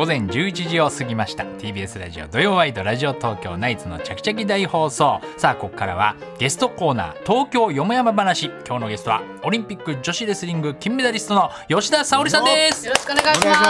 午前11時を過ぎました。 TBS ラジオ土曜ワイドラジオ東京ナイツのチャキチャキ大放送。さあここからはゲストコーナー、東京よもやま話。今日のゲストはオリンピック女子レスリング金メダリストの吉田沙保里さんです。 よろしくお願いします。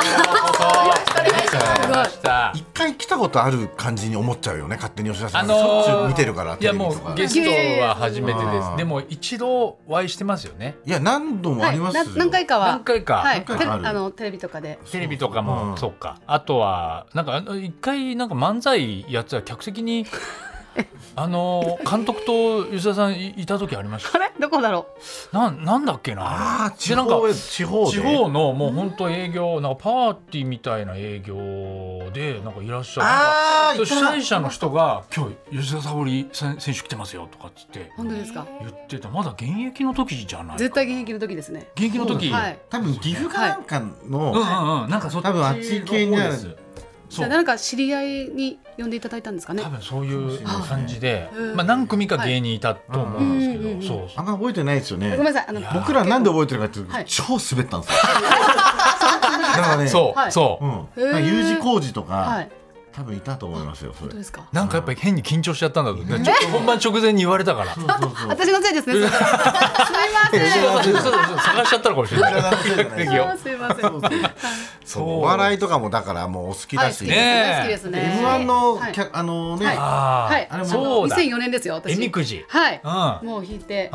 一回来たことある感じに思っちゃうよね、勝手に吉田さんがしょっちゅう見てるから。 いやもうゲストは初めてです。でも一度お会いしてますよね。 いや何度もありますよ、 はい、何回かは何回か、 はい、 何回かあるテレビとかでテレビとかも、そうか。あとはなんか一回なんか漫才やつは客席に監督と吉田さんいた時ありました。 あれどこだろう。なんだっけな。 地方のもう本当営業、なんかパーティーみたいな営業でなんかいらっしゃる。主催者の人が今日吉田沙保里選手来てますよとかっつって本当ですか言ってた。まだ現役の時じゃないか。 絶対現役の時ですね。 現役の時、 はい、 多分岐阜かなんかの、 なんかそっち多分あっち系にある。 じゃあなんか知り合いに呼んでいただいたんですかね。 多分そういう感じで、何組か芸人いたと思うんですけど、そうあんま覚えてないですよね。 ごめんなさい。 僕らなんで覚えてるかっていうと、超滑ったんですよ。だからね、 そう、 U字工事とか多分いたと思いますよ。それなんかやっぱり変に緊張しちゃったんだと、ちょっと本番直前に言われたから。 私のせいですね。すみません。 探しちゃったのかもしれない。 すみません。 お笑いとかもだからもうお好きだし、 好きですね。 M1 のね、 はい、あれも2004年ですよ。私。 えみくじ。 はい。もう引いて。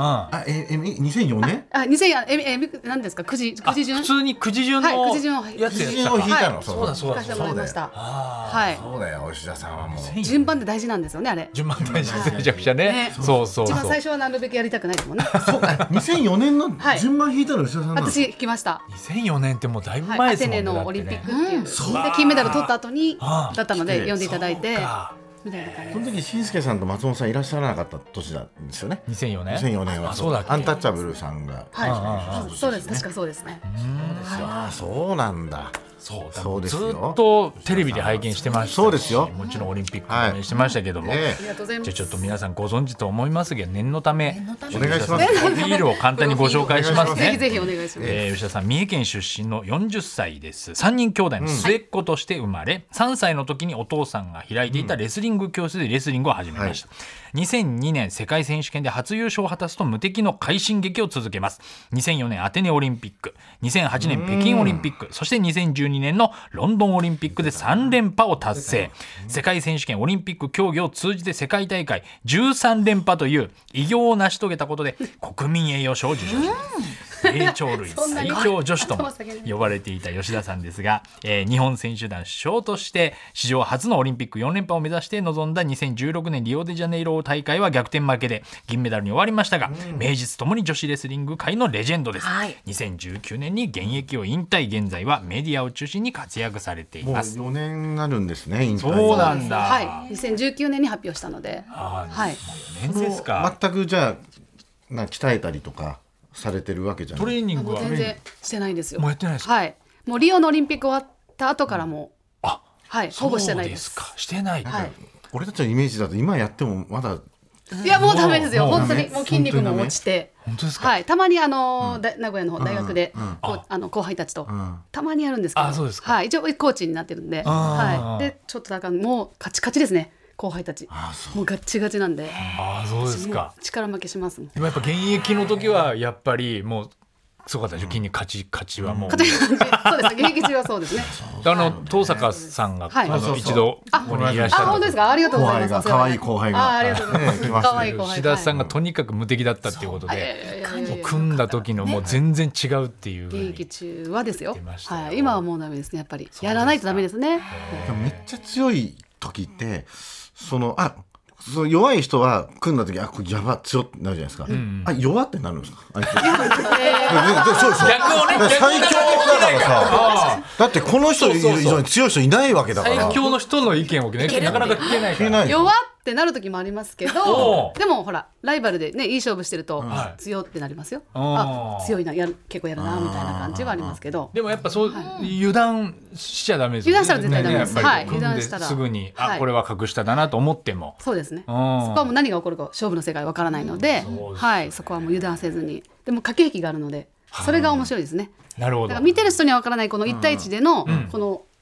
2004年？ 何ですか？くじ順？ 普通にくじ順のやつを引いたの。 そうだ。 引かせてもらいました。はい。 そうだよ、吉田さんはもう順番って大事なんですよね、あれ。 順番大事、めちゃくちゃね。そう。 一番最初はなるべくやりたくないですもんね。 そうか。2004年の順番引いたの吉田さんなの。 私引きました。 2004年ってもうだいぶ前ですもんね。 アテネのオリンピックっていう。で金メダル取った後にだったので呼んでいただいて。みたいな感じ。 その時新助さんと松本さんいらっしゃらなかった年なんですよね。 2004年。 2004年はそうだ。アンタッチャブルさんが。 はい。そうです。確かそうですね。 そうなんだ。 そうですよ。ずっとテレビで拝見してましたし、 そうですよ。 もちろんオリンピックも応援してましたけども、じゃあちょっと皆さんご存知と思いますけど、念のためお願いします。 プロフィールを簡単にご紹介しますね。 ぜひぜひお願いします。 吉田さん、三重県出身の40歳です。3人兄弟の末っ子として生まれ、3歳の時にお父さんが開いていたレスリング教室でレスリングを始めました。2002年世界選手権で初優勝を果たすと無敵の快進撃を続けます。2004年アテネオリンピック、2008年北京オリンピック、そして2012年のロンドンオリンピックで3連覇を達成。世界選手権オリンピック競技を通じて世界大会13連覇という偉業を成し遂げたことで国民栄誉賞を受賞します。霊長類最強女子とも呼ばれていた吉田さんですが、日本選手団主将として史上初のオリンピック4連覇を目指して臨んだ2016年リオデジャネイロ大会は逆転負けで銀メダルに終わりましたが、名実ともに女子レスリング界のレジェンドです。2019年に現役を引退、現在はメディアを中心に活躍されています。 もう4年になるんですね、引退。 そうなんだ。 はい、2019年に発表したので、 はい、4年ですか。 全くじゃあ鍛えたりとかされてるわけじゃない。 トレーニングは全然してないんですよ。 もうやってないですか。 はい、もうリオのオリンピック終わった後からもはい、ほぼしてないです。 そうですか。してない。 俺たちのイメージだと今やってもまだいやもうダメですよ。本当にもう筋肉も落ちて。 本当ですか。 はい、たまに名古屋の方大学で後輩たちとたまにやるんですけど、はい、一応コーチになってるんで、はい、でちょっとだからもうカチカチですね。後輩たちもうガッチガチなんで。 そうですか。 力負けしますもん。 でもやっぱ現役の時はやっぱりもうすごかったでしょ。筋肉カチはもう。 そうですね。現役中はそうですね。 登坂さんが一度ここにいらっしゃる。 本当ですか。ありがとうございます。 可愛い後輩が。 ありがとうございます。可愛い後輩。 吉田さんがとにかく無敵だったっていうことで、組んだ時のもう全然違うっていう。 現役中はですよ。はい。今はもうダメですね。やっぱりやらないとダメですね。 めっちゃ強い時ってその弱い人は組んだ時これやば強ってなるじゃないですか。弱ってなるんですか。そうでしょ。 逆をね。 最強だからさ。だってこの人以上に強い人いないわけだから。 最強の人の意見をねなかなか聞けないから。 弱ってなる時もありますけど、でもほらライバルでねいい勝負してると強ってなりますよ。強いな結構やるなみたいな感じはありますけど。 でもやっぱそう油断しちゃダメですよね。油断したら絶対ダメです。はい。油断したらすぐにこれは格下だなと思っても。 そうですね。そこはもう何が起こるか勝負の世界わからないので、はい、そこはもう油断せずに。でも駆け引きがあるので、それが面白いですね。 なるほど。 だから見てる人にはわからないこの1対1でのこの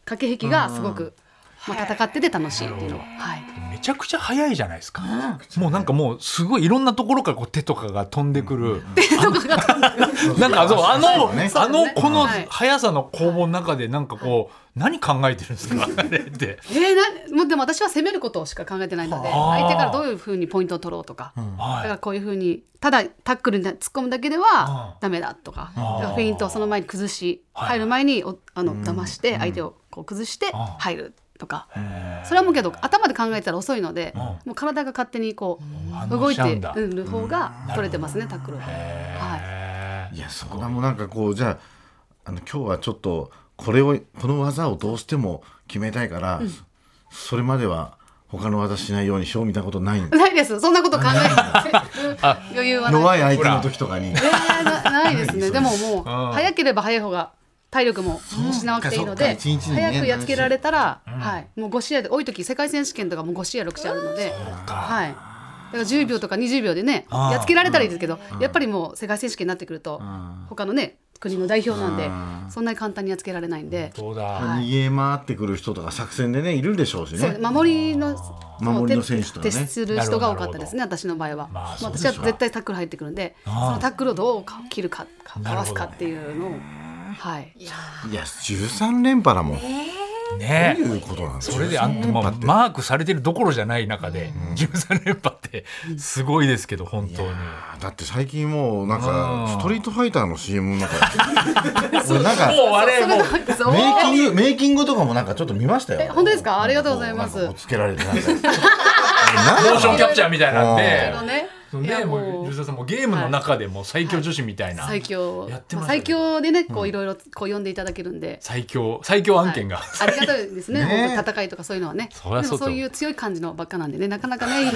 駆け引きがすごく、戦ってて楽しいっていうのは、 めちゃくちゃ早いじゃないですか。もうなんかもうすごいいろんなところからこう手とかが飛んでくる。なんかこの速さの攻防の中でなんかこう何考えてるんですかあれって。 もうでも私は攻めることしか考えてないので、相手からどういうふうにポイントを取ろうとか、だからこういうふうにただタックルに突っ込むだけではダメだとか、フェイントをその前に崩し入る前に騙して相手をこう崩して入るとか、それはもうけど頭で考えたら遅いので、もう体が勝手にこう動いてる方が取れてますね、タックル。 いや、そこはもうなんかこう、じゃあ今日はちょっとこの技をどうしても決めたいから、それまでは他の技しないようにしようみたいなことないんです。 ないです。そんなこと考えて余裕はない。 弱い相手の時とかにないですね。でももう早ければ早い方が体力も失わなくていいので、早くやっつけられたら、もう5試合で多い時世界選手権とかも5試合6試合あるので、だから10秒とか20秒でねやっつけられたらいいですけど、やっぱりもう世界選手権になってくると他のね国の代表なんで、そんなに簡単にやっつけられないんで、 逃げ回ってくる人とか作戦でねいるでしょうしね。 守りの選手とかね、 徹する人が多かったですね、私の場合は。私は絶対タックル入ってくるんで、そのタックルをどう切るかかわすかっていうのを、いや13連覇だもん。 ね、 どういうことなんですか。 それでマークされてるどころじゃない中で13連覇ってすごいですけど、本当に。 だって最近もうなんかストリートファイターの CM の中でなんかもうあれもうメイキングとかもなんかちょっと見ましたよ。 本当ですか。ありがとうございます。 つけられてなんかモーションキャプチャーみたいなんで。もう吉田さんもゲームの中でも最強女子みたいな、 最強でね、こういろいろこう読んでいただけるんで、 最強案件がありがたいですね。本当戦いとかそういうのはね。でもそういう強い感じのばっかなんでね、なかなかね、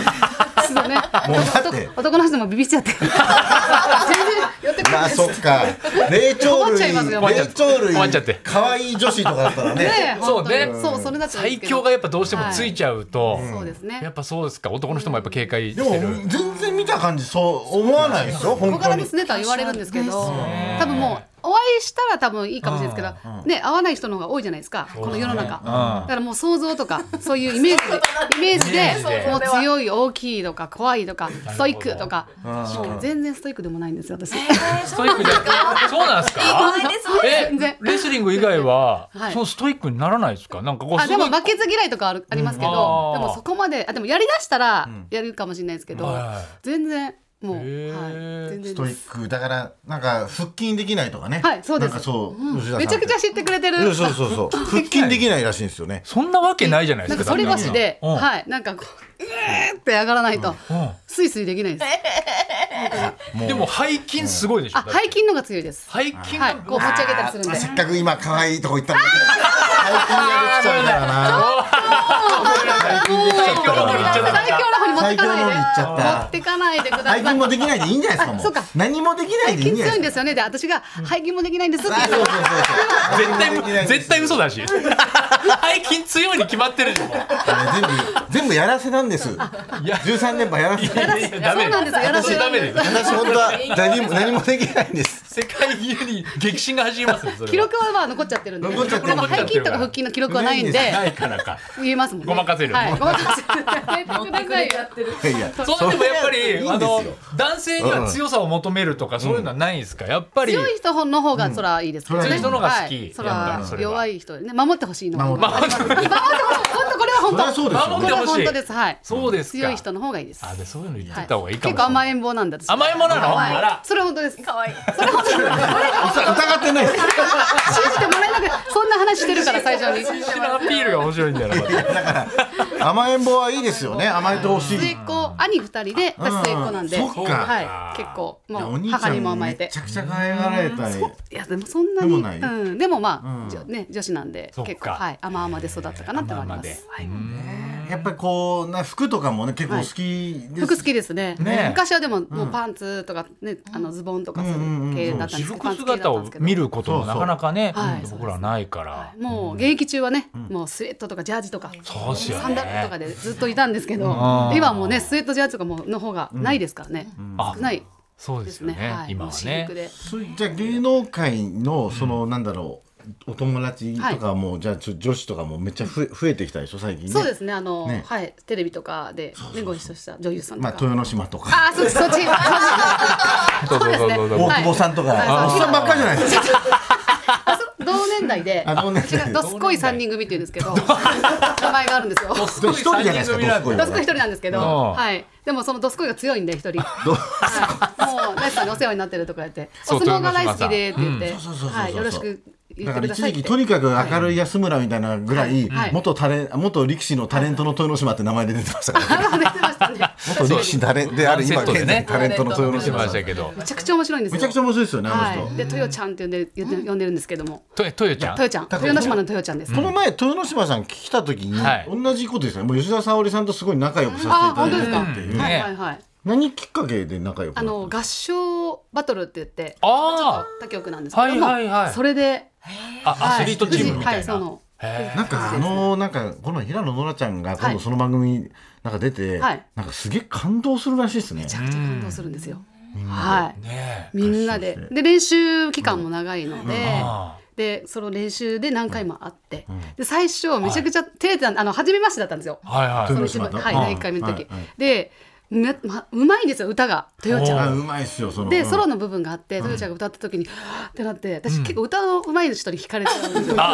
男の人もビビっちゃって全然寄ってこないです。 そっか、霊長類可愛い女子とかだったらね、 そうね、 それだと最強がやっぱどうしてもついちゃうと、 そうですね、 やっぱそうですか。男の人もやっぱ警戒してる。 でも全然見た感じそう思わないですよ。 ここからですねとは言われるんですけど、多分もうお会いしたら多分いいかもしれないですけど、ね、会わない人の方が多いじゃないですか、この世の中。だからもう想像とかそういうイメージでもう強い、大きいとか怖いとかストイックとか、全然ストイックでもないんですよ、私。 ストイックでそうなんですか。レスリング以外はそのストイックにならないですか。なんかこうでも負けず嫌いとかありますけど、でもそこまででもやりだしたらやるかもしれないですけど、全然。もう全然ストイックだから、なんか腹筋できないとかね。 そうです。めちゃくちゃ知ってくれてる。 そう腹筋できないらしいんですよね。 そんなわけないじゃないですか。 反り腰で、なんかこうって上がらないとスイスイできないです。 でも背筋すごいでしょ。 背筋のが強いです。 背筋こう持ち上げたりするんで。 せっかく今可愛いとこ行ったのに背筋やるっちゃうんだよな。最強の方に行っちゃった。 持ってかないでください。 背筋もできないでいいんじゃないですか。もう何もできないでいいんじゃないですか。 背筋強いんですよね。で私が背筋もできないんですっていう。絶対嘘だし。背筋強いに決まってるじゃん。 全部やらせなんです。13連覇やらせ。 そうなんですよ。やらせ。 私本当は何もできないんです。 世界中に激震が走りますよ。 記録は残っちゃってるんで。でも背筋とか腹筋の記録はないんで。言えますもんね。 ごまかせる。 ごまかせる。やってくださいやってる。 そうでもやっぱり男性には強さを求めるとかそういうのはないんですか。やっぱり強い人の方がそらいいですけどね。 強い人の方が好き。 そら弱い人ね、守ってほしいの。 守ってほしい。 これは本当。 守ってほしい。 本当です。はい。 そうですか。 強い人の方がいいです。 そういうの言ってた方がいいかもしれない。 結構甘えん坊なんだ。 甘えん坊なの？ それ本当です。可愛い。それ疑ってない。 信じてもらえなくて、そんな話してるから最初に。 アピールが面白いんだよな。 だから甘えん坊はいいですよね。甘えてほしい。 末っ子、兄2人で私末っ子なんで。 そっか。 はい。結構もう母にも甘えて。 めちゃくちゃ可愛がられたり。 いやでもそんなに。でもまあね、女子なんで結構甘々で育ったかなって思います。 やっぱりこう服とかもね結構好きです。 服好きですね。昔はでももうパンツとかね、ズボンとかそういう系だったんですけど、 私服姿を見ることもなかなかね僕らないから。 もう現役中はね、もうスウェットとかジャージとかサンダルとかでずっといたんですけど、今もうねスウェットジャージとかの方がないですからね。少ない。 そうですね。今はね。 じゃあ芸能界のなんだろう、 お友達とかも、じゃあ女子とかもめっちゃ増えてきたでしょ最近ね。 そうですね、はい、テレビとかでねご一緒した女優さんとか、 豊ノ島とか、 そっちそうですね、 大久保さんとか、おっさんばっかりじゃないですか。 同年代で、どすこい3人組っていうんですけど、名前があるんですよ。 一人じゃないですか、 どすこい一人なんですけど、はい。でもそのどすこいが強いんで一人。もう大地さんにお世話になってるとか言って、お相撲が大好きでって言って、はい、よろしく。 だから一時期とにかく明るい安村みたいなぐらい、元力士のタレントの豊ノ島って名前で出てましたからね。元力士である今現在タレントの豊ノ島でしたけど、 めちゃくちゃ面白いんですよ。 めちゃくちゃ面白いですよね、あの人。 で豊ちゃんって呼んでるんですけども、 豊ちゃん豊ノ島の豊ちゃんです。 この前豊ノ島さん来た時に同じことですね。もう吉田沙保里さんとすごい仲良くさせていただいてるっていう。 はいはいはい。 何きっかけで仲良く合唱バトルって言って他局なんですけども、それでアスリートチームみたいな。 なんかこの平野ノラちゃんが今度その番組なんか出て、なんかすげえ感動するらしいですね。 めちゃくちゃ感動するんですよ。はい。みんなで練習期間も長いので。でその練習で何回も会って、で最初めちゃくちゃ照れてた、初めましてだったんですよ。その第1回目の時で。うまいんですよ歌が豊ちゃん。 うまいっすよ。 でソロの部分があって豊ちゃんが歌った時にってなって、私結構歌のうまい人に惹かれてたんですよ。キュ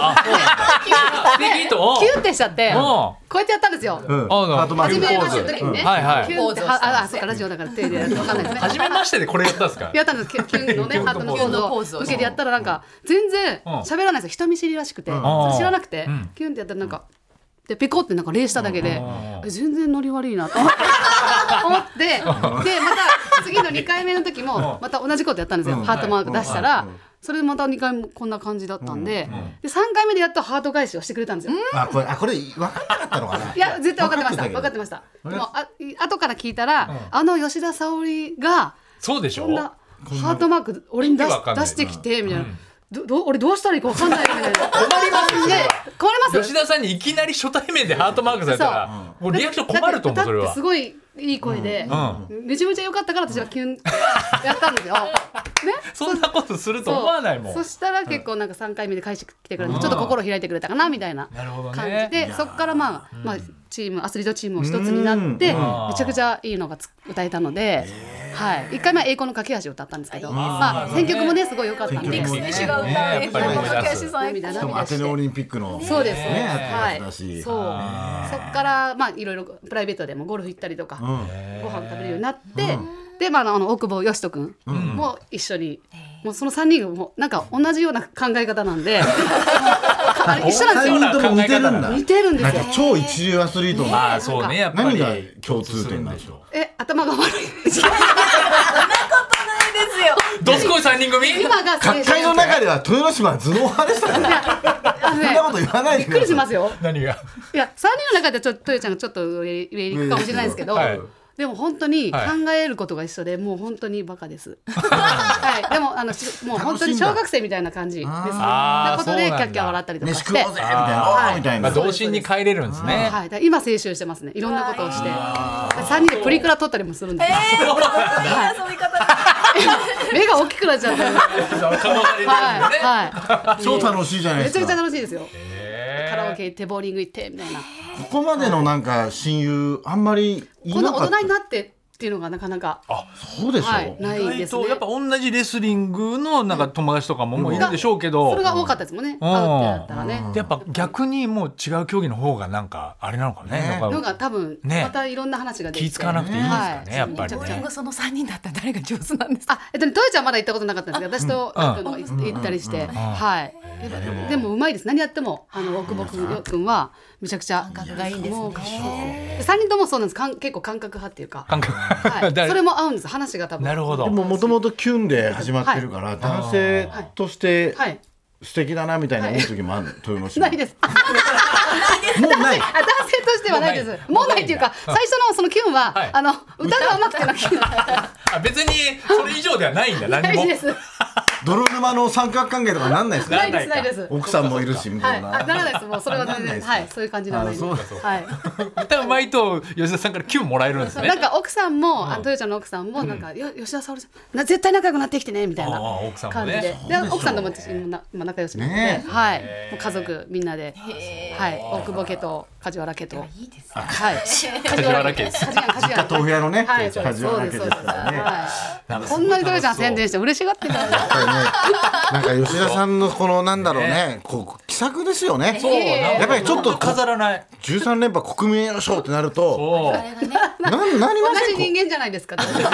ンってしちゃってこうやってやったんですよ。初めましての時にね、キュンってそうかラジオだから手で分かんないですね。 初めましてでこれやったんですか？ やったんです。キュンのねハートのポーズを受けてやったらなんか全然喋らないですよ。人見知りらしくて知らなくてキュンってやったらなんか。でペコってなんか礼しただけで全然ノリ悪いなと思ってでまた次の2回目の時もまた同じことやったんですよ。ハートマーク出したらそれでまた2回もこんな感じだったんで3回目でやっとハート返しをしてくれたんですよ。 これ分かんなかったのかな。 いや絶対分かってました。でも後から聞いたら吉田沙保里がそうでしょ、 こんなハートマーク俺に出してきてみたいな。俺どうしたらいいか分かんないみたいな。 困りますね。 困ります。 吉田さんにいきなり初対面でハートマークされたらもうリアクション困ると思う。それはすごいいい声でめちゃめちゃ良かったから私はキュンやったんですよ。ね、 そんなことすると思わないもん。 そしたら結構なんか3回目で返してきてくれてちょっと心開いてくれたかなみたいな感じで、そこからまあチームアスリートチームを一つになってめちゃくちゃいいのが歌えたので、はい、1回目は栄光の架け橋を歌ったんですけど、選曲もねすごい良かったんで、 選手が歌う栄光の架け橋さん、 しかもアテネオリンピックのそうですね、 はい、 そっからいろいろプライベートでもゴルフ行ったりとかご飯食べるようになって、で大久保嘉人君も一緒に、もうその3人がもうなんか同じような考え方なんで一緒なんですよ。 3人とも似てるんだ。 似てるんですよ。 超一流アスリートのそうね、やっぱり何が共通点なんでしょう。 頭が悪い。 そんなことないですよ。 どすこい3人組。 今が各界の中では豊ノ島は頭脳派でしたね。そんなこと言わないでびっくりしますよ。 何が？ いや3人の中で豊ちゃんがちょっと上に行くかもしれないですけど、でも本当に考えることが一緒で、もう本当にバカです。はい、でももう本当に小学生みたいな感じです。なことでキャッキャ笑ったりとかして、 飯食おうぜみたいな。 童心に帰れるんですね。 はい、今青春してますね。いろんなことをして、3人でプリクラ撮ったりもするんです。 遊び方。 目が大きくなっちゃって。 はい。超楽しいじゃないですか。 めちゃくちゃ楽しいですよ。カラオケ行ってボーリング行ってみたいな。 ここまでのなんか親友あんまりいなかった。 この大人になってっていうのがなかなか。 そうでしょ。 ないですね。 やっぱ同じレスリングのなんか友達とかもいるでしょうけど、 それが多かったですもんね。会うってなったらね。 やっぱ逆にもう違う競技の方がなんかあれなのかね。 のが多分またいろんな話ができて。 気使わなくていいですかね、やっぱり。 ボーリングその3人だったら誰が上手なんですか？ トヨちゃんまだ行ったことなかったんですけど、私と行ったりして、はい。でもうまいです。何やっても大久保君はめちゃくちゃ感覚がいいんですね。 3人ともそうなんです。結構感覚派っていうか。それも合うんです。話が多分。 なるほど。 でももともとキュンで始まってるから男性として素敵だなみたいな思う時もある。豊ノ島。 ないです。 もうない。 男性としてはないです。もうないっていうか、最初のそのキュンは歌が上手くてなくて。 別にそれ以上ではないんだ。何も。 ないです。 泥沼の三角関係とかなんないですか？ ないですないです。 奥さんもいるしみたいな。 ならないです。もうそれは全然はいそういう感じなんで。はい。 歌うまいと吉田さんからキュンもらえるんですね。 なんか奥さんもトヨちゃんの奥さんもなんか吉田沙保里さん絶対仲良くなってきてねみたいな感じで、奥さんとも私も仲良しなので、はい。家族みんなで、はい。大久保家と梶原家と、はい。 梶原家です。 実家とお部屋のね梶原家ですからね。こんなにトヨちゃん宣伝して嬉しがってる。 なんか吉田さんのこのなんだろうね、こう気さくですよね。やっぱりちょっと飾らない。 13連覇国民栄誉賞ってなると、 同じ人間じゃないですか。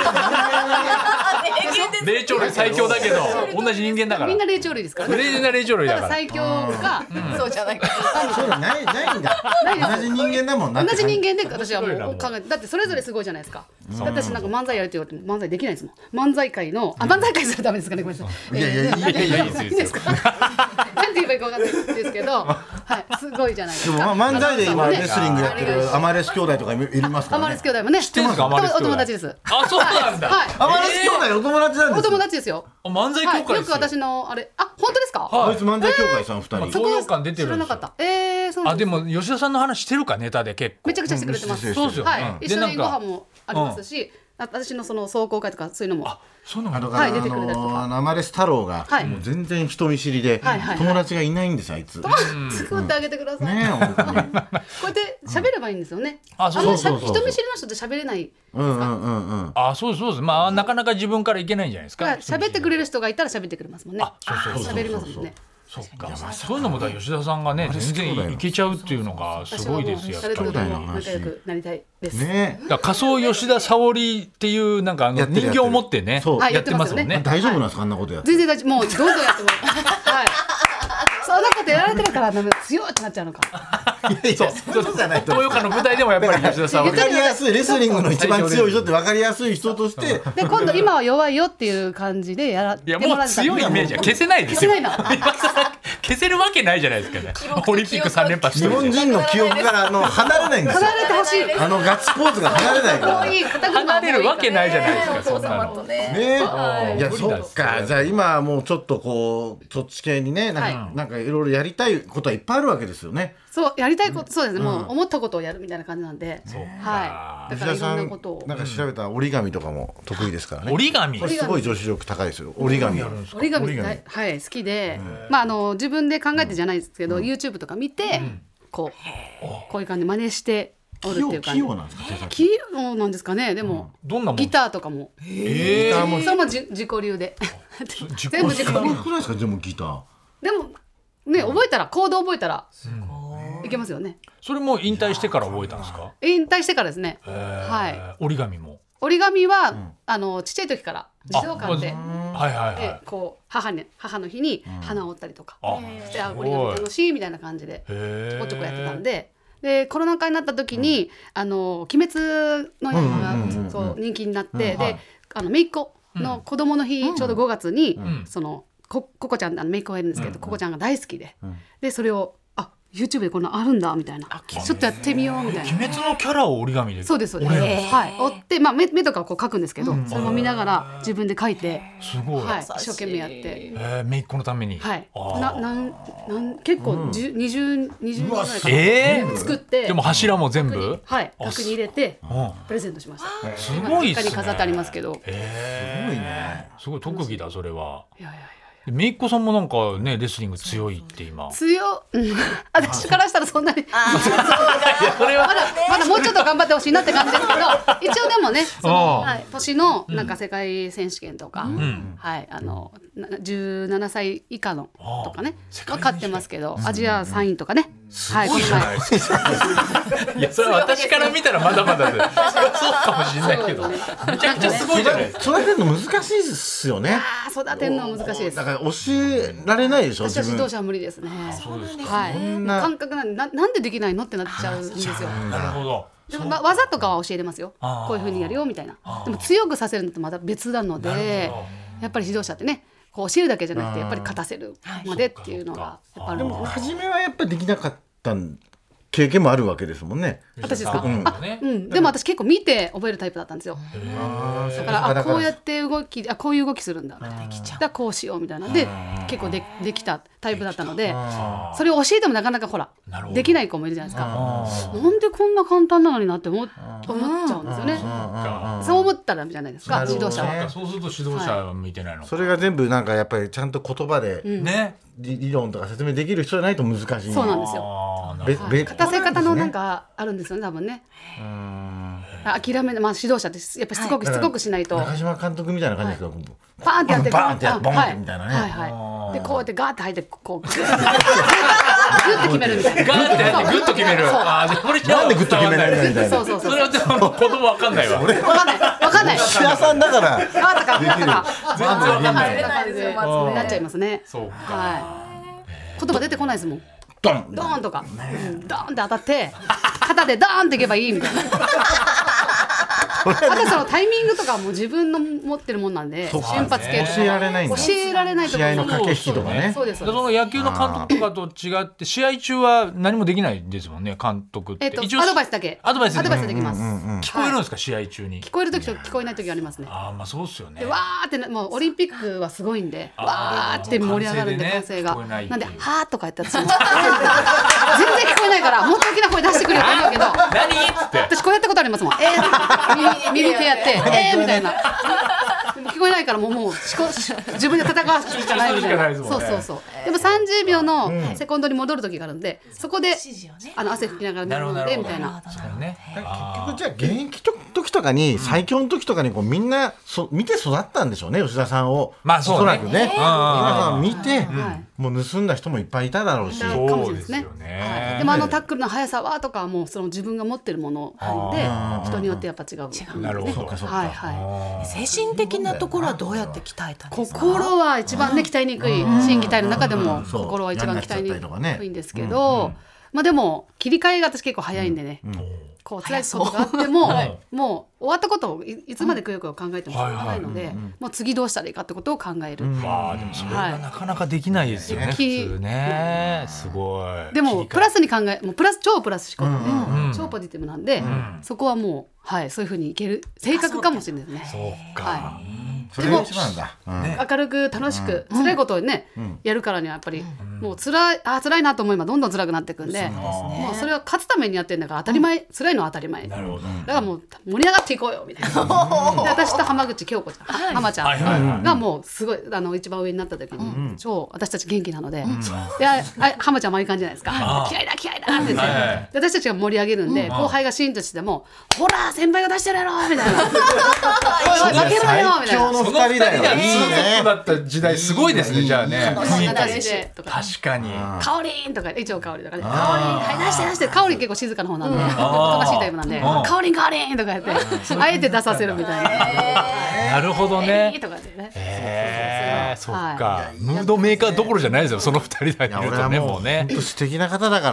霊長類最強だけど同じ人間だから。 みんな霊長類ですから。 みんな霊長類だから。 最強がそうじゃないか。 そうだないんだ。同じ人間だもんな。 同じ人間で私はもう考えて、だってそれぞれすごいじゃないですか。私なんか漫才やるって言われても漫才できないですもん。漫才界の漫才界するためですかね、ごめんなさい。 いやいいですか。なんて言えばいいかわかんないですけど、はいすごいじゃないですか。 でも漫才で今レスリングやってるアマレス兄弟とかいますからね。 アマレス兄弟もね。 知ってますか？ お友達です。 あ、そうなんだ。 アマレス兄弟お友達なんです。 お友達ですよ。 漫才協会よく私のあれ、あ、本当ですか？ こいつ漫才協会さん2人。 東洋館出てる。 知らなかった。 あ、でも吉田さんの話してるか、ネタで結構。 めちゃくちゃしてくれてます。 そうですよね。 一緒にご飯もありますし、私のその壮行会とかそういうのも。 そうなの。 はい、出てくれたりとか。 アマレス太郎がもう全然人見知りで友達がいないんですあいつ。 作ってあげてください。 ね、本当に。こうやって喋ればいいんですよね。 そう人見知りの人って喋れない。 あ、そうです。まあなかなか自分からいけないんじゃないですか。 喋ってくれる人がいたら喋ってくれますもんね。喋りますもんね。 そうか。そういうのもだ吉田さんがね全然いけちゃうっていうのがすごいですよ。 誰とでも仲良くなりたいです。 ね。 だ仮想吉田沙保里っていうなんか人形を持ってねやってますもんね。 大丈夫なんですか、あんなことやって。 全然大丈夫。もうどんどんやってもはい。そんなことやられてるから強いってなっちゃうのか。 いやそうじゃないと。 東洋館の舞台でもやっぱり吉田沙保里。 分かりやすいレスリングの一番強い人って分かりやすい人として。 で今度今は弱いよっていう感じでやってもらってた。 いやもう強いイメージは消せないですよ。 消せないな。 消せるわけないじゃないですかね。オリンピック3連覇して日本人の記憶から離れないんですよ。 離れてほしい。 ガッツポーズが離れないから。 離れるわけないじゃないですか。そんなの。 ね。いやそっか。じゃあ今もうちょっとこうそっち系にねなんかいろいろやりたいことはいっぱいあるわけですよね。 そうやりたいことそうですね。もう思ったことをやるみたいな感じなんで。はい。だからいろんなことを。 なんか調べた折り紙とかも得意ですからね。 折り紙。 すごい女子力高いですよ。折り紙。 折り紙はい好きで、まあ自分で考えてじゃないですけど YouTube とか見てこういう感じで真似して折るっていう感じ。 器用なんですか？ 器用なんですかね。でもギターとかも。それも自己流で。全部自己流。 くらいですか？でもギター。 でもね覚えたらコード覚えたらいけますよね。 それも引退してから覚えたんですか？ 引退してからですね。はい。 折り紙も。 折り紙はちっちゃい時から児童館でこう母の日に花を折ったりとかして折り紙楽しいみたいな感じでちょこちょこやってたんで。でコロナ禍になった時に「鬼滅の刃」がそう人気になってで姪っ子の子供の日ちょうど5月にそのココちゃん姪っ子がいるんですけどココちゃんが大好きでそれをYouTube でこんなあるんだみたいなちょっとやってみようみたいな。 鬼滅のキャラを折り紙でそうです折って目とかこう描くんですけどそれも見ながら自分で描いてすごい一生懸命やって姪っ子のために結構20人ぐらいか作ってでも柱も全部額に入れてプレゼントしました。 すごいっすね。 実家に飾ってありますけどすごいね。 すごい特技だそれは。めいっ子さんもなんかねレスリング強いって今私からしたらそんなにまだもうちょっと頑張ってほしいなって感じですけど一応でもね年のなんか世界選手権とか17歳以下のとかね勝ってますけどアジア3位とかねすごいじゃないですか。いやそれは私から見たらまだまだでそうかもしれないけどめちゃくちゃすごいじゃないですか。 育てるの難しいですよね。 育てるのは難しいです。 だから教えられないでしょ。 私は指導者は無理ですね。 そうですか。 感覚なんでできないのってなっちゃうんですよ。 なるほど。 でも技とかは教えれますよ。こういう風にやるよみたいな。でも強くさせるのとまた別なのでやっぱり指導者ってねこう教えるだけじゃなくてやっぱり勝たせるまでっていうのがやっぱある。 でも初めはやっぱりできなかったん経験もあるわけですもんね。 私ですか。 うんでも私結構見て覚えるタイプだったんですよ。だからこうやってこういう動きするんだ。だからこうしようみたいなで結構できたタイプだったので、それを教えてもなかなかほらできない子もいるじゃないですか。なんでこんな簡単なのになって思っちゃうんですよね。そう思ったらじゃないですか、指導者は。 そうすると指導者は見てないの。 それが全部なんかやっぱりちゃんと言葉で理論とか説明できる人じゃないと難しい。 そうなんですよ。片せ方のなんかあるんですよね、多分ね。諦めない、まあ指導者ってやっぱりしつこくしないと。 中島監督みたいな感じですけど、 パーンってやってバーンってボンってみたいなね。 でこうやってガーって入ってこうグッと決めるみたいな。 ガーってやってグッと決める。 なんでグッと決められないみたいな。 そうそうそう。 それはでも子供わかんないわ。 わかんない。 土屋さんだからバーとか全然わかんないなっちゃいますね。 そうか。 はい。言葉出てこないですもん。ドーンとかドーンって当たって肩でドーンっていけばいいみたいな。あとそのタイミングとかも自分の持ってるもんなんで、瞬発系とか教えられないんだ。 教えられないところ。 試合の駆け引きとかね。 そうです。 その野球の監督とかと違って試合中は何もできないんですもんね、監督って。 アドバイスだけ。 アドバイスできます。 聞こえるんですか、試合中に。 聞こえる時と聞こえない時がありますね。 ああ、まあそうですよね。 でわーってもうオリンピックはすごいんで、わーって盛り上がるんで、歓声が。なんではーとかやったら全然聞こえないからもっと大きな声出してくれよって言うけど。 何っつって。 私こうやったことありますもん。右手やってみたいな。聞こえないからもう自分で戦わすしかないみたいな。そう。でも30秒のセコンドに戻る時があるんで、そこで汗拭きながら見てみたいな。 結局じゃあ現役時とかに最強の時とかにこうみんな見て育ったんでしょうね、吉田さんを。 まあそうね。 おそらくね。皆さん見てもう盗んだ人もいっぱいいただろうし。 そうですよね。 でもタックルの速さはとかはもうその自分が持ってるものなんで、人によってやっぱ違う。 なるほど。 精神的なところはどうやって鍛えたんですか？ 心は一番ね鍛えにくい、心技体の中でも心は一番鍛えにくいんですけど、まあでも切り替えが私結構早いんでね、こう辛いことがあってももう終わったことをいつまでくよくよ考えてもしょうがないので、もう次どうしたらいいかってことを考える。 まあでもそれがなかなかできないですよね、普通ね。すごい。 でもプラスに考え、もう超プラス思考なんで、超ポジティブなんで、そこはもうそういう風にいける性格かもしれないですね。 そうか。 それが一番だ。 明るく楽しく辛いことをねやるからにはやっぱりもう辛いなと思えばどんどん辛くなっていくんで、もうそれは勝つためにやってるんだから当たり前、辛いのは当たり前。だからもう盛り上がっていこうよみたいな。で私と浜口京子ちゃん、浜ちゃんがもうすごい一番上になった時に超私たち元気なので、浜ちゃんもああいう感じじゃないですか。気合いだって言って、私たちが盛り上げるんで、後輩がシーンとしてもほら先輩が出してるやろみたいな。負けろよみたいな。 その二人だよ。 いいね。だった時代すごいですね。じゃあね。 確かに。 かおりんとか一応かおりとかね。かおりんはい出してかおりん結構静かな方なんで、おとなしいタイプなんで、かおりんとかやってあえて出させるみたいな。 なるほどね。 とかでね。 そっか。ムードメーカーどころじゃないですよ。その二人がいるとね、もうね。 本当素敵な方だから、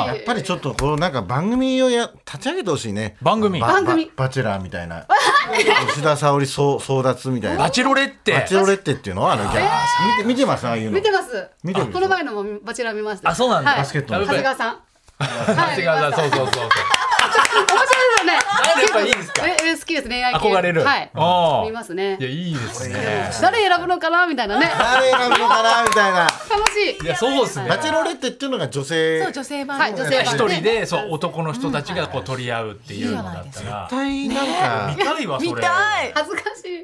やっぱりちょっとこうなんか番組を立ち上げてほしいね。 番組。 バチェラーみたいな。吉田沙保里争奪みたいな。 バチェロレッテっていうのは見てます。ああいうの見てます。この前のもバチェラー見ました。 あ、そうなんだ。 バスケット長谷川さん。 長谷川さん、そう。 面白いですよね。 やっぱいいですか。 好きです、恋愛系。 憧れる。 はい。見ますね。 いや、いいですね。 誰選ぶのかなみたいなね。 誰選ぶのかなみたいな。 楽しい。 いや、そうですね。 バチェロレッテっていうのが女性版。 はい、女性版。 一人で男の人たちがこう取り合うっていうのだったら。 絶対なんか見たいわそれ。 恥ずかしい。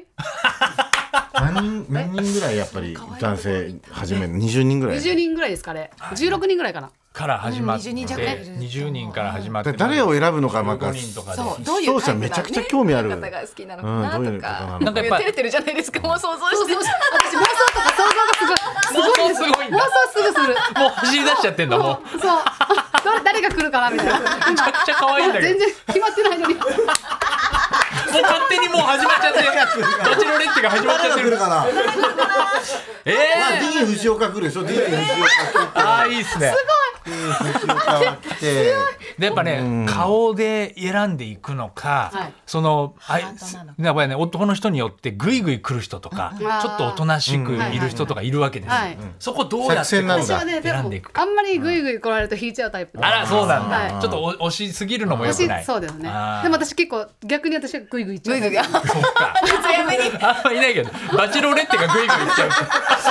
何人ぐらいやっぱり男性始める20人ぐらい 20人ぐらいですかね。16人ぐらいかな。 から始まって20人から始まって誰を選ぶのかなんか視聴者めちゃくちゃ興味ある。 方が好きなのかなとか。 なんかやっぱ照れてるじゃないですか。もう想像して。 私妄想とか想像がすごい妄想すぐする。 もう走り出しちゃってんだもう。 そう。誰が来るかなみたいな。 めちゃくちゃ可愛いんだけど。 全然決まってないのに。 もう勝手にもう始まっちゃってバチェロレッテが始まっちゃってるから。ディーン・藤岡来るでしょ。ディーン・藤岡来て。 ああいいっすね。 藤岡来て。 でやっぱね、顔で選んでいくのか、そのやっぱりね、男の人によってグイグイ来る人とか、ちょっとおとなしくいる人とかいるわけですよ。そこどうやって選んでいくか。 あんまりグイグイ来られると引いちゃうタイプ。 あら、そうなんだ。ちょっと押しすぎるのもよくない。 そうですね。でも私結構逆に私はグイグイいっちゃう。 そうか。あんまいないけど、バチロレッテがグイグイいっちゃう。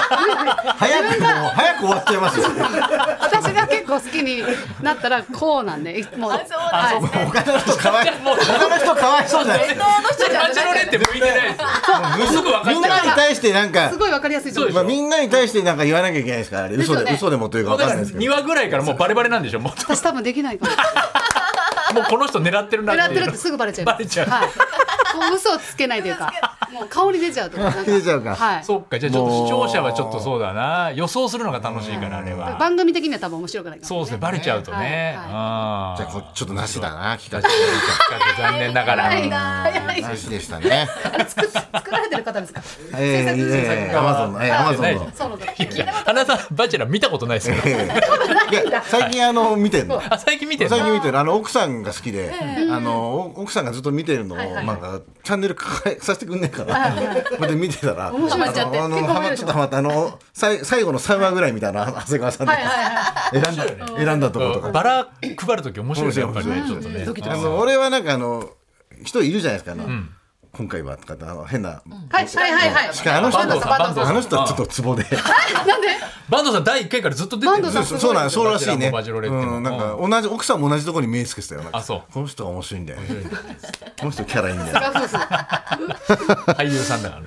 早く終わっちゃいますよ。 私が結構好きになったらこうなんで、もう他の人かわいそうじゃないですか。 バチロレッテ向いてないですよ。 みんなに対してなんかすごいわかりやすいと思う。 みんなに対してなんか言わなきゃいけないですから、嘘でもというかわかんないですけど。 2話ぐらいからもうバレバレなんでしょ。 私多分できないかも。 もうこの人狙ってるな狙ってるってすぐバレちゃう。 バレちゃう。 もう嘘をつけないというか、もう顔に出ちゃうとか。 出ちゃうか。 はい。 そっか、じゃあちょっと視聴者はちょっとそうだな、予想するのが楽しいからあれは。 番組的には多分面白くないかも。 そうですね、バレちゃうとね。 じゃあちょっとなしだな、企画残念ながら。 なしでしたね。 作られてる方ですか。 アマゾンの。 花さんバチェラー見たことないですよ。 最近見てるの。 最近見てる。 奥さんが好きで、奥さんがずっと見てるのをなんかチャンネル変えさせてくんねえからで見てたら、ちょっとハマって最後の3話ぐらいみたいな長谷川さんで選んだところとか。 バラ配るとき面白いですよやっぱりね。ちょっとね。 俺はなんか人いるじゃないですか。今回はとか変な。しかもあの人はちょっとツボで。 なんで？ バンドさん第1回からずっと出てる。 そうらしいね。 バチロレッテなんか同じ奥さんも同じところに目つけてたよ。 あ、そう。 この人が面白いんだよ。この人キャラいいんだよ。 俳優さんだから。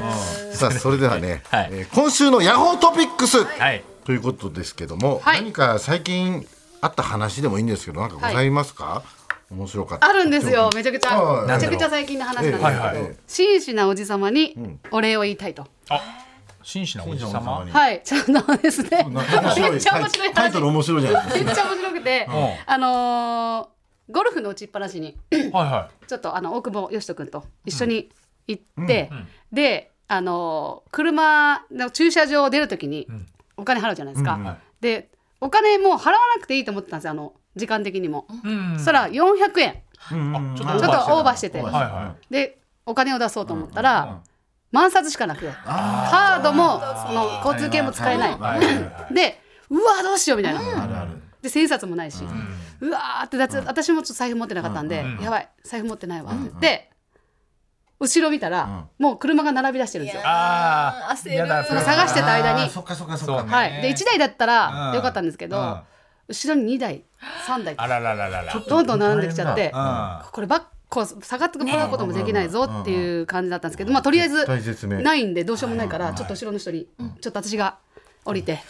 さあそれではね、今週のヤホートピックスということですけども、何か最近あった話でもいいんですけど、なんかございますか？面白かった。 あるんですよ。めちゃくちゃ最近の話なんですけど、真摯なおじさまにお礼を言いたいと。 真摯なおじさま。 はい、ちょっとですね。めっちゃ面白い。 タイトル面白いじゃないですか。 めっちゃ面白くて、ゴルフの打ちっぱなしにちょっと大久保嘉人君と一緒に行って、で車の駐車場を出るときにお金払うじゃないですか。でお金もう払わなくていいと思ってたんですよ。時間的にも。そしたら400円ちょっとオーバーしてて、でお金を出そうと思ったら万札しかなくて、カードも交通系も使えないで、うわどうしようみたいな。で千円札もないし、うわーって私もちょっと財布持ってなかったんで、やばい財布持ってないわって言って後ろ見たらもう車が並び出してるんですよ。その探してた間に。で1台だったらよかったんですけど、後ろに2台3台どんどん並んできちゃって、これ下がってもらうこともできないぞっていう感じだったんですけど、とりあえずないんでどうしようもないから、ちょっと後ろの人にちょっと私が降りて、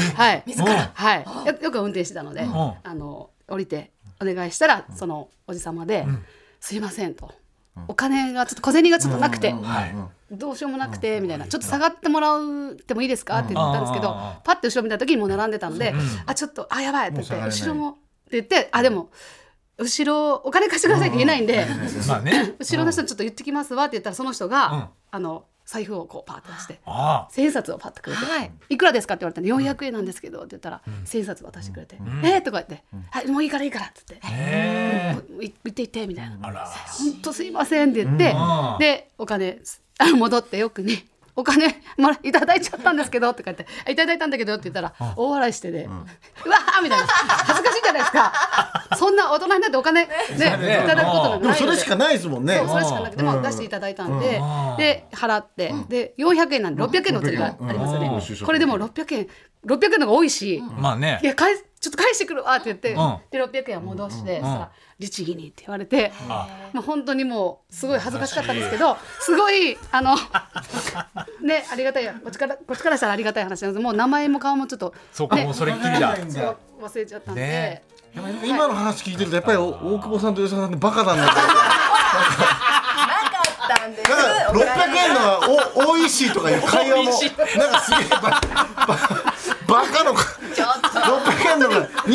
よく運転してたので降りてお願いしたら、そのおじさまで「すいません」と。お金がちょっと小銭がちょっとなくて、どうしようもなくてみたいな、ちょっと下がってもらってもいいですかって言ったんですけど、パッて後ろ見た時にもう並んでたので、ちょっとやばいって言って、後ろもって言って、でも後ろお金貸してくださいって言えないんで、後ろの人にちょっと言ってきますわって言ったら、その人が財布をこうパーッと出して千円札をパッとくれて、いくらですかって言われたら400円なんですけどって言ったら、千円札渡してくれて、とか言って、もういいからいいからって言って、行って行ってみたいな、本当すいませんって言って、でお金戻ってよくね、お金いただいちゃったんですけどって言って、いただいたんだけどって言ったら大笑いしてで、うわーみたいな、恥ずかしいじゃないですか。そんな大人になってお金ねいただくことなんかないので。 でもそれしかないですもんね。 それしかなくても出していただいたんで、で払って、で400円なんで600円のお釣りがありますよね。これでも600円の方が多いし、いやちょっと返してくるわって言って、で600円を戻して、律儀にって言われて、もう本当にもうすごい恥ずかしかったんですけど、すごいねありがたい、こっちからしたらありがたい話なので、もう名前も顔もちょっとそうか、もうそれっきりだ忘れちゃったんで、 今の話聞いてるとやっぱり大久保さんと吉田さんってバカなんだけど、600円のは多いしとかいう会話もなんかすげえバカの600円のが200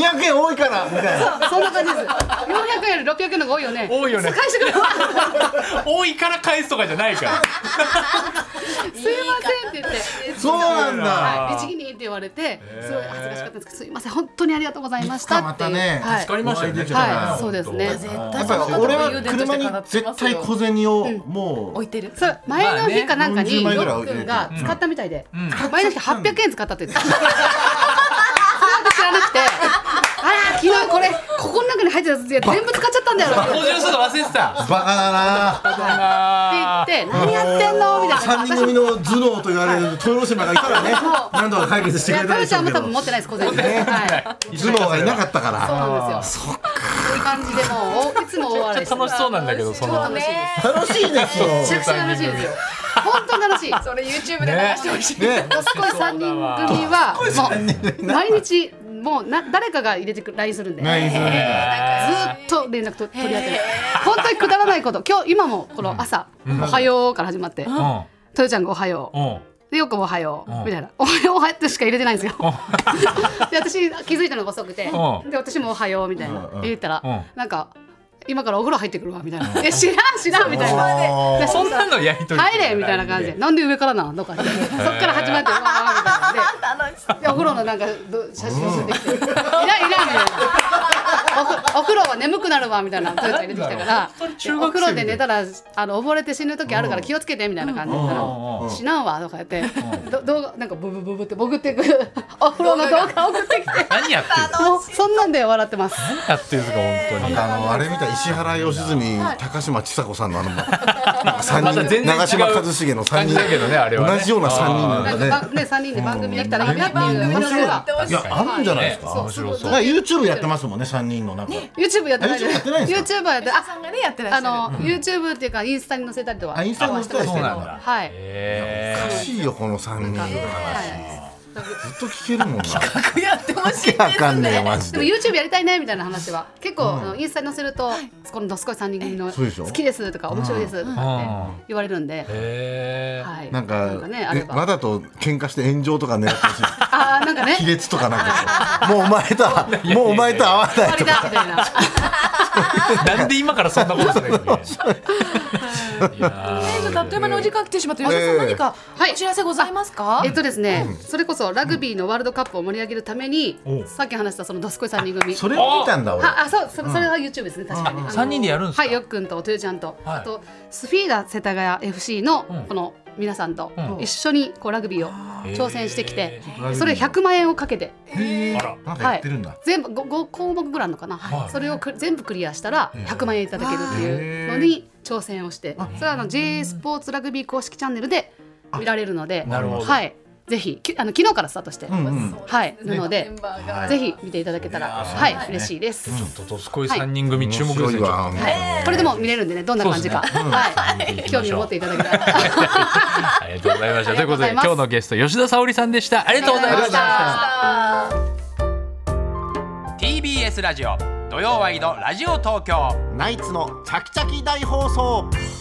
400円多いからみたいな。 そんな感じです。400円より600円の方が多いよね。 多いよね。 返してくれ。 多いから返すとかじゃないから。 すいませんって言って。 そうなんだ。 はい、律儀にって言われて、すごい恥ずかしかったんですけど、すいません本当にありがとうございましたっていう。 助かりましたよね。 はい、そうですね。 やっぱり俺は車に絶対小銭をもう置いてる。 そう、前の日かなんかによっくんが使ったみたいで、前の日800円使ったって言ってた。知らなくて、あら昨日これここの中に入ってたやつ全部使っちゃったんだよ補充するの忘れてた。 バカだなって言って何やってんのみたいな。 3人組の頭脳と言われる豊ノ島がいたらね、何度か解決してくれたでしょうけど。 ちゃんも多分持ってないです小銭。 頭脳がいなかったから。 そうなんですよ。そっか。こういう感じでもういつも大笑いして楽しそうなんだけど、その楽しいです。 楽しいですよ。 めちゃくちゃ楽しいですよ。本当に楽しい。 それ YouTube で流してほしい。 ね。 すごい3人組はもう毎日もう誰かが入れてく LINE するんで、ずっと連絡取り合ってる。本当にくだらないこと。今もこの朝おはようから始まって、豊ちゃんがおはよう。でよくおはようみたいな、おはようおはようってしか入れてないんですよ。で私気づいたのが遅くて、で私もおはようみたいな言ったら、なんか今からお風呂入ってくるわみたいな、知らんみたいな、 そんなのやりとり入れみたいな感じで、なんで上からなのとかそっから始まってわーみたいなで、お風呂のなんか写真を撮ってきて、いらんみたいな、お風呂は眠くなるわみたいなトヨタ入れてきたから、お風呂で寝たら溺れて死ぬ時あるから気をつけてみたいな感じで言ったら、死なんわとか言って動画なんかブブブブって潜ってくるお風呂の動画送ってきて、 何やってるもうそんなんで笑ってます。 何やってるんですか本当に。 あれみたい、石原良純、高嶋ちさ子さんの3人、長嶋一茂の3人同じような3人なんだね。 3人で番組できたらいいなっていう面白い。いやあるんじゃないですか。 面白そう。 YouTube やってますもんね、3人のなんか。 YouTube やってないです。 YouTube やって、 さんがねやってらっしゃる。 YouTube っていうかインスタに載せたりとか。 インスタに載せたりしてるんだ。 はい。 おかしいよこの3人の話。ずっと聞けるもんな。 企画やってほしいですね。 わかんねえよマジで。 でも YouTube やりたいねみたいな話は結構インスタに載せると、このどすこい3人組の好きですとか面白いですとかって言われるんで、 なんかわざと喧嘩して炎上とか狙ってほしい。 なんかね、 亀裂とかなんかもうお前と会わないとか。 なんで今からそんなことするの？ あっという間にお時間来てしまって、吉田さん何かお知らせございますか？ ですね、それこそラグビーのワールドカップを盛り上げるために、さっき話したそのどすこい3人組、 それを見たんだ俺。 それは YouTube ですね、確かに。 3人でやるんですか？ はい、よっくんと豊ちゃんと、あとスフィーダ世田谷 FC のこの皆さんと一緒にこうラグビーを挑戦してきて、それ100万円をかけて、 なんかやってるんだ。 全部5項目ぐらいのかな、それを全部クリアしたら100万円いただけるっていうのに挑戦をして、それはJ スポーツラグビー公式チャンネルで見られるので、はい、ぜひ昨日からスタートしてはいなので、ぜひ見ていただけたらはい嬉しいです。 ちょっとどすこい3人組注目ですよ。 これでも見れるんでね、どんな感じかはい興味を持っていただけたらありがとうございました。ということで今日のゲスト吉田沙保里さんでした。ありがとうございました。TBS ラジオ土曜ワイドラジオ東京ナイツのチャキチャキ大放送。